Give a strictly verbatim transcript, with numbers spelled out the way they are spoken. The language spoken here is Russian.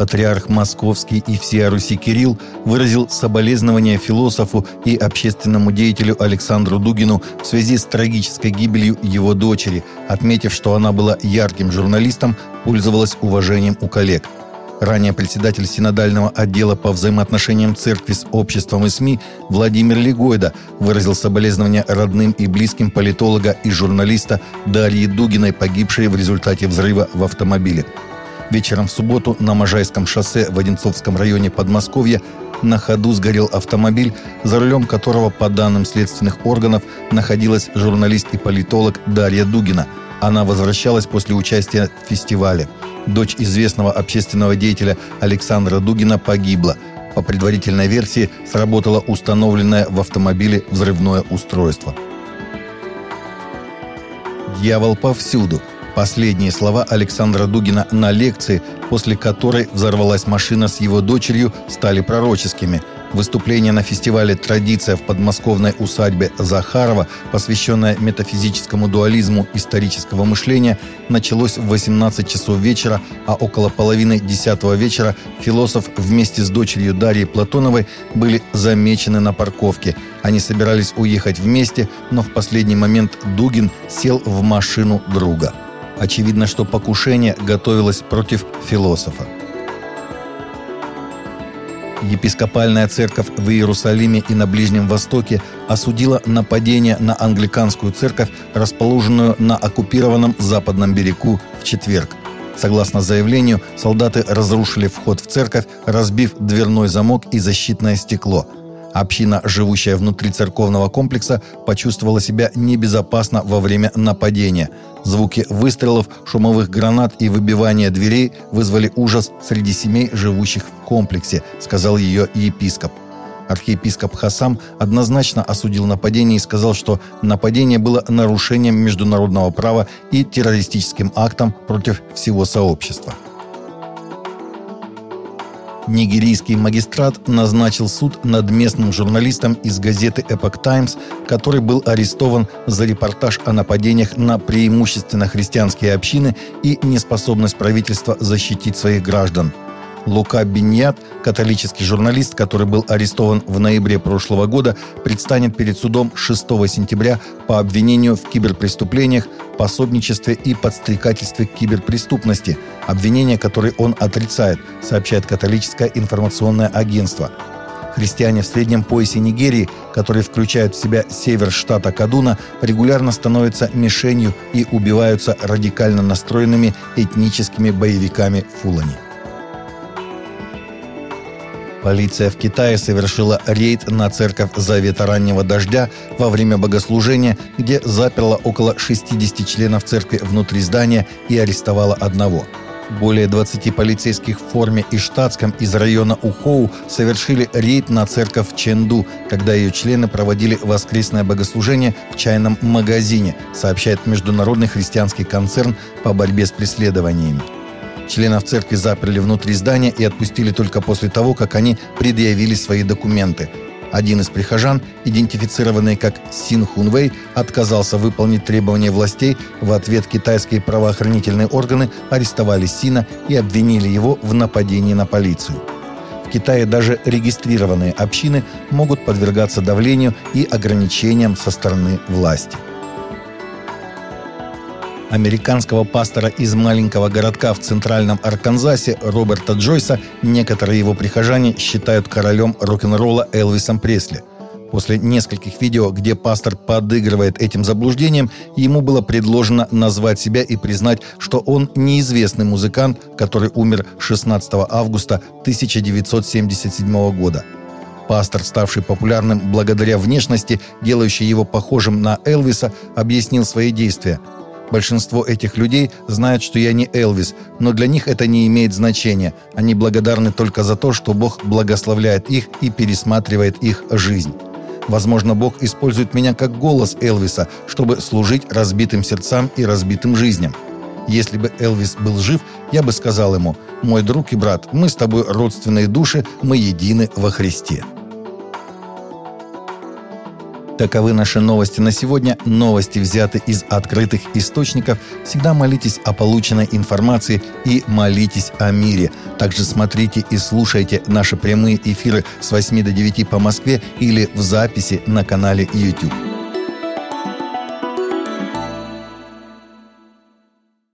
Патриарх Московский и всея Руси Кирилл выразил соболезнования философу и общественному деятелю Александру Дугину в связи с трагической гибелью его дочери, отметив, что она была ярким журналистом, пользовалась уважением у коллег. Ранее председатель синодального отдела по взаимоотношениям церкви с обществом и СМИ Владимир Легойда выразил соболезнования родным и близким политолога и журналиста Дарьи Дугиной, погибшей в результате взрыва в автомобиле. Вечером в субботу на Можайском шоссе в Одинцовском районе Подмосковья на ходу сгорел автомобиль, за рулем которого, по данным следственных органов, находилась журналист и политолог Дарья Дугина. Она возвращалась после участия в фестивале. Дочь известного общественного деятеля Александра Дугина погибла. По предварительной версии, сработало установленное в автомобиле взрывное устройство. «Дьявол повсюду». Последние слова Александра Дугина на лекции, после которой взорвалась машина с его дочерью, стали пророческими. Выступление на фестивале «Традиция» в подмосковной усадьбе Захарова, посвященное метафизическому дуализму исторического мышления, началось в восемнадцать часов вечера, а около половины десятого вечера философ вместе с дочерью Дарьей Платоновой были замечены на парковке. Они собирались уехать вместе, но в последний момент Дугин сел в машину друга. Очевидно, что покушение готовилось против философа. Епископальная церковь в Иерусалиме и на Ближнем Востоке осудила нападение на англиканскую церковь, расположенную на оккупированном западном берегу, в четверг. Согласно заявлению, солдаты разрушили вход в церковь, разбив дверной замок и защитное стекло. Община, живущая внутри церковного комплекса, почувствовала себя небезопасно во время нападения. Звуки выстрелов, шумовых гранат и выбивания дверей вызвали ужас среди семей, живущих в комплексе, сказал ее епископ. Архиепископ Хасам однозначно осудил нападение и сказал, что нападение было нарушением международного права и террористическим актом против всего сообщества. Нигерийский магистрат назначил суд над местным журналистом из газеты Epoch Times, который был арестован за репортаж о нападениях на преимущественно христианские общины и неспособность правительства защитить своих граждан. Лука Биньят, католический журналист, который был арестован в ноябре прошлого года, предстанет перед судом шестого сентября по обвинению в киберпреступлениях, пособничестве и подстрекательстве к киберпреступности, обвинения, которые он отрицает, сообщает католическое информационное агентство. Христиане в среднем поясе Нигерии, которые включают в себя север штата Кадуна, регулярно становятся мишенью и убиваются радикально настроенными этническими боевиками Фулани. Полиция в Китае совершила рейд на церковь Завета Раннего Дождя во время богослужения, где заперла около шестидесяти членов церкви внутри здания и арестовала одного. Более двадцати полицейских в форме и штатском из района Ухоу совершили рейд на церковь Чэнду, когда ее члены проводили воскресное богослужение в чайном магазине, сообщает Международный христианский концерн по борьбе с преследованиями. Членов церкви заперли внутри здания и отпустили только после того, как они предъявили свои документы. Один из прихожан, идентифицированный как Син Хунвей, отказался выполнить требования властей. В ответ китайские правоохранительные органы арестовали Сина и обвинили его в нападении на полицию. В Китае даже регистрированные общины могут подвергаться давлению и ограничениям со стороны власти. Американского пастора из маленького городка в центральном Арканзасе Роберта Джойса некоторые его прихожане считают королем рок-н-ролла Элвисом Пресли. После нескольких видео, где пастор подыгрывает этим заблуждениям, ему было предложено назвать себя и признать, что он неизвестный музыкант, который умер шестнадцатого августа тысяча девятьсот семьдесят седьмого года. Пастор, ставший популярным благодаря внешности, делающей его похожим на Элвиса, объяснил свои действия. Большинство этих людей знают, что я не Элвис, но для них это не имеет значения. Они благодарны только за то, что Бог благословляет их и пересматривает их жизнь. Возможно, Бог использует меня как голос Элвиса, чтобы служить разбитым сердцам и разбитым жизням. Если бы Элвис был жив, я бы сказал ему: «Мой друг и брат, мы с тобой родственные души, мы едины во Христе». Таковы наши новости на сегодня. Новости взяты из открытых источников. Всегда молитесь о полученной информации и молитесь о мире. Также смотрите и слушайте наши прямые эфиры с восьми до девяти по Москве или в записи на канале YouTube.